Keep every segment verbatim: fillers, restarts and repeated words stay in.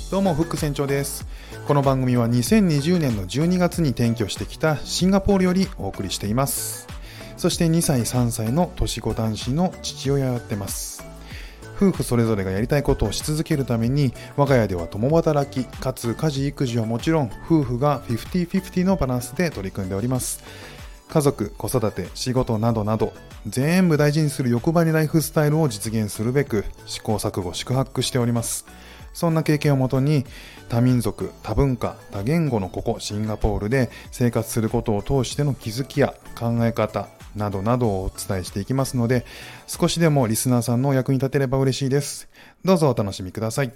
どうもフック船長です。この番組はにせんにじゅうねんのじゅうにがつに転居してきたシンガポールよりお送りしています。そしてにさいさんさいの年子男子の父親をやってます。夫婦それぞれがやりたいことをし続けるために、我が家では共働きかつ家事育児はもちろん、夫婦がフィフティフィフティのバランスで取り組んでおります。家族、子育て、仕事などなど全部大事にする欲張りライフスタイルを実現するべく試行錯誤宿泊しております。そんな経験をもとに、多民族、多文化、多言語のここシンガポールで生活することを通しての気づきや考え方などなどをお伝えしていきますので、少しでもリスナーさんのお役に立てれば嬉しいです。どうぞお楽しみください。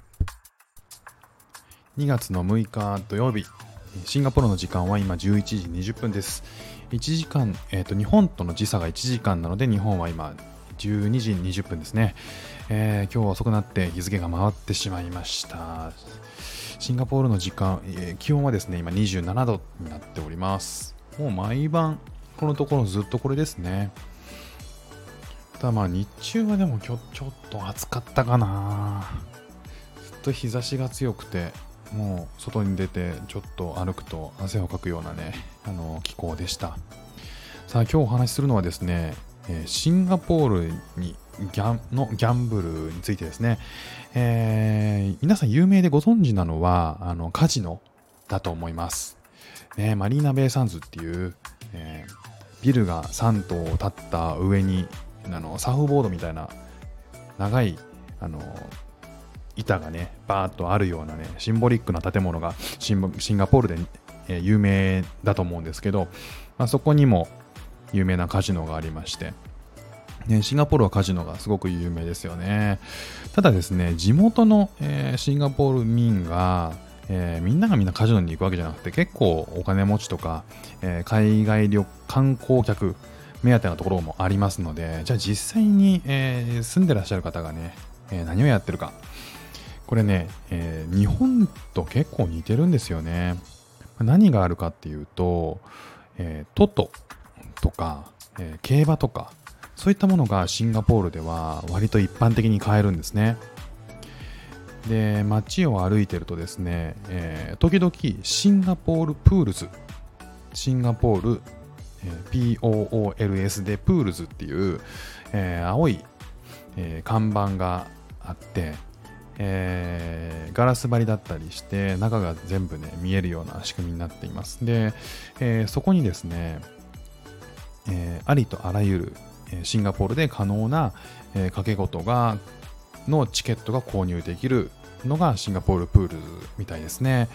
にがつのむいか土曜日、シンガポールの時間は今じゅういちじにじゅっぷんです。いちじかん、えーと、日本との時差がいちじかんなので、日本は今じゅうにじにじゅっぷんですね。えー、今日は遅くなって日付が回ってしまいました。シンガポールの時間、えー、気温はですね今にじゅうななどになっております。もう毎晩このところずっとこれですね。ただまあ日中はでも今日ちょっと暑かったかな。ずっと日差しが強くて、もう外に出てちょっと歩くと汗をかくようなね、あの気候でした。さあ今日お話しするのはですね、シンガポールにギャンのギャンブルについてですね、えー、皆さん有名でご存知なのはあのカジノだと思います、ね、マリーナベイサンズっていう、えー、ビルがさんとう立った上にあのサーフボードみたいな長いあの板がねバーッとあるようなねシンボリックな建物がシン、シンガポールで、えー、有名だと思うんですけど、まあ、そこにも有名なカジノがありまして、ね、シンガポールはカジノがすごく有名ですよね。ただですね、地元の、えー、シンガポール民が、えー、みんながみんなカジノに行くわけじゃなくて、結構お金持ちとか、えー、海外旅観光客目当てなところもありますので、じゃあ実際に、えー、住んでらっしゃる方がね、えー、何をやってるか、これね、えー、日本と結構似てるんですよね。何があるかっていうと、えー、トトとか、えー、競馬とかそういったものがシンガポールでは割と一般的に買えるんですね。で、街を歩いてるとですね、えー、時々シンガポールプールズ、シンガポール、えー、ピーオーオーエルエス でプールズっていう、えー、青い、えー、看板があって、えー、ガラス張りだったりして中が全部ね見えるような仕組みになっています。で、えー、そこにですね、えー、ありとあらゆる、えー、シンガポールで可能な、えー、掛け事がのチケットが購入できるのがシンガポールプールみたいですね。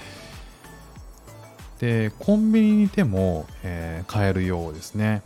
で、コンビニにいても、えー、買えるようですね。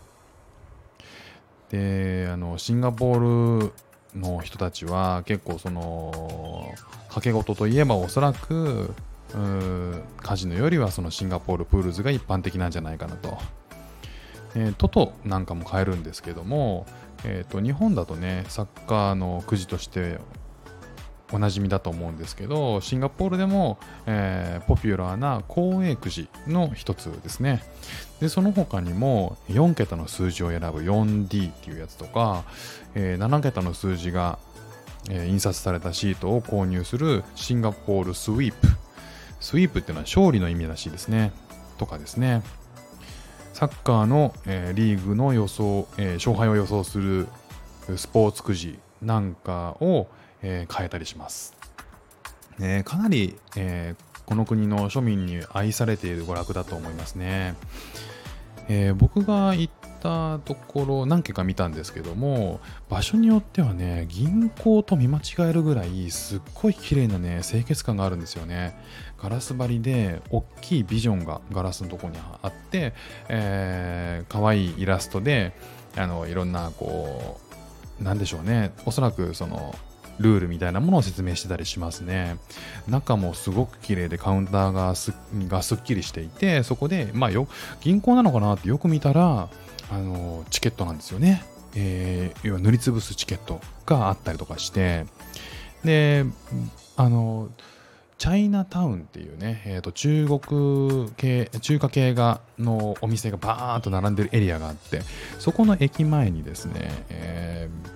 で、あのシンガポールの人たちは結構その掛け事といえばおそらくカジノよりはそのシンガポールプールズが一般的なんじゃないかなと。えー、トトなんかも買えるんですけども、えーと、日本だとねサッカーのくじとしておなじみだと思うんですけど、シンガポールでも、えー、ポピュラーな公営くじの一つですね。で、その他にもよんけたの数字を選ぶ よんディー っていうやつとか、えー、ななけたの数字が、えー、印刷されたシートを購入するシンガポールスイープ。スイープっていうのは勝利の意味らしいですね。とかですね。サッカーの、えー、リーグの予想、えー、勝敗を予想するスポーツくじなんかを、えー、変えたりします。ね、かなり、えー、この国の庶民に愛されている娯楽だと思いますね。えー、僕が行ったところ何軒か見たんですけども、場所によってはね銀行と見間違えるぐらいすっごい綺麗なね清潔感があるんですよね。ガラス張りで大きいビジョンがガラスのところにあって、えー、可愛いイラストであのいろんなこうなんでしょうね、おそらくそのルールみたいなものを説明してたりしますね。中もすごく綺麗でカウンターがすがすっきりしていて、そこでまあよ銀行なのかなってよく見たらあのチケットなんですよね。えー、要は塗りつぶすチケットがあったりとかして、であのチャイナタウンっていうね、えーと中国系中華系がのお店がバーンと並んでるエリアがあって、そこの駅前にですね、えー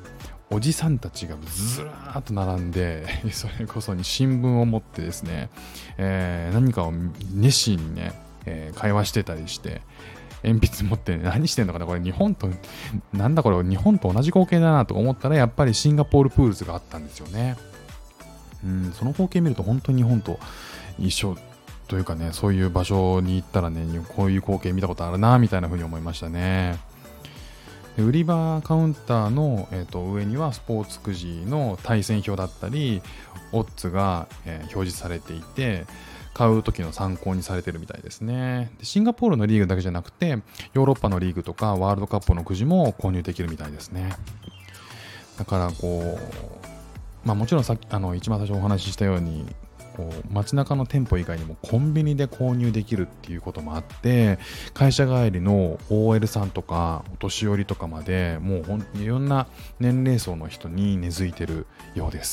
おじさんたちがずらーっと並んで、それこそに新聞を持ってですね、えー、何かを熱心にね、えー、会話してたりして、鉛筆持って、ね、何してんのかなこれ日本と、なんだこれ日本と同じ光景だなと思ったら、やっぱりシンガポールプールズがあったんですよね。うん、その光景見ると本当に日本と一緒というかね、そういう場所に行ったらね、こういう光景見たことあるなみたいな風に思いましたね。で売り場カウンターの、えー、と上にはスポーツくじの対戦表だったりオッズが、えー表示されていて、買う時の参考にされてるみたいですね。でシンガポールのリーグだけじゃなくてヨーロッパのリーグとかワールドカップのくじも購入できるみたいですね。だからこう、まあ、もちろんさっきあの一番最初お話ししたようにこう街中の店舗以外にもコンビニで購入できるっていうこともあって、会社帰りの オーエル さんとかお年寄りとかまでもうほんいろんな年齢層の人に根付いてるようです。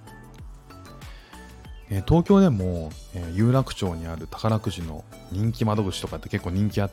えー東京でも、えー有楽町にある宝くじの人気窓口とかって結構人気あって、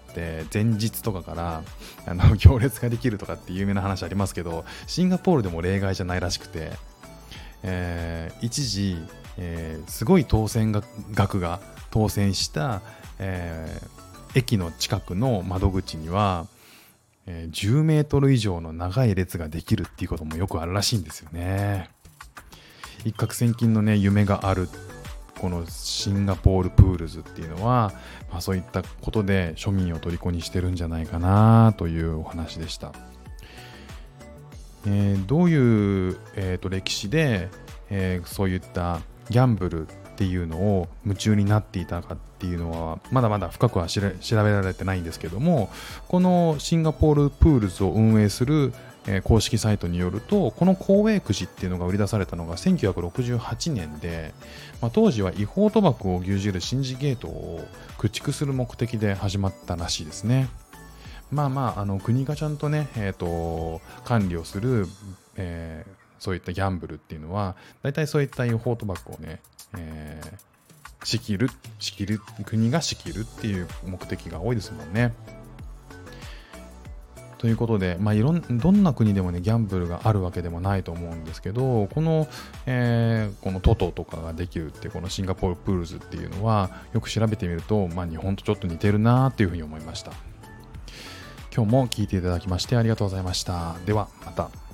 前日とかからあの行列ができるとかって有名な話ありますけど、シンガポールでも例外じゃないらしくて、えー一時、えーすごい当選が額が当選した、えー駅の近くの窓口には、えーじゅうメートル以上の長い列ができるっていうこともよくあるらしいんですよね。一攫千金のね夢があるこのシンガポールプールズっていうのは、まあ、そういったことで庶民を虜にしてるんじゃないかなというお話でした。えーどういう、えーと歴史で、えーそういったギャンブルっていうのを夢中になっていたかっていうのはまだまだ深くは知れ調べられてないんですけども、このシンガポールプールズを運営する、えー公式サイトによると、この公営くじっていうのが売り出されたのがせんきゅうひゃくろくじゅうはちねんで、まあ、当時は違法賭博を牛耳るシンジゲートを駆逐する目的で始まったらしいですね。まあまあ、あの国がちゃんとね、えーと管理をする、えーそういったギャンブルっていうのは、大体そういった違法賭博をね、えー仕切る、仕切る、国が仕切るっていう目的が多いですもんね。ということで、まあ、いろんどんな国でもねギャンブルがあるわけでもないと思うんですけど、この、えーこのトトとかができるっていうこのシンガポールプールズっていうのはよく調べてみると、まあ、日本とちょっと似てるなっていうふうに思いました。今日も聞いていただきましてありがとうございました。ではまた。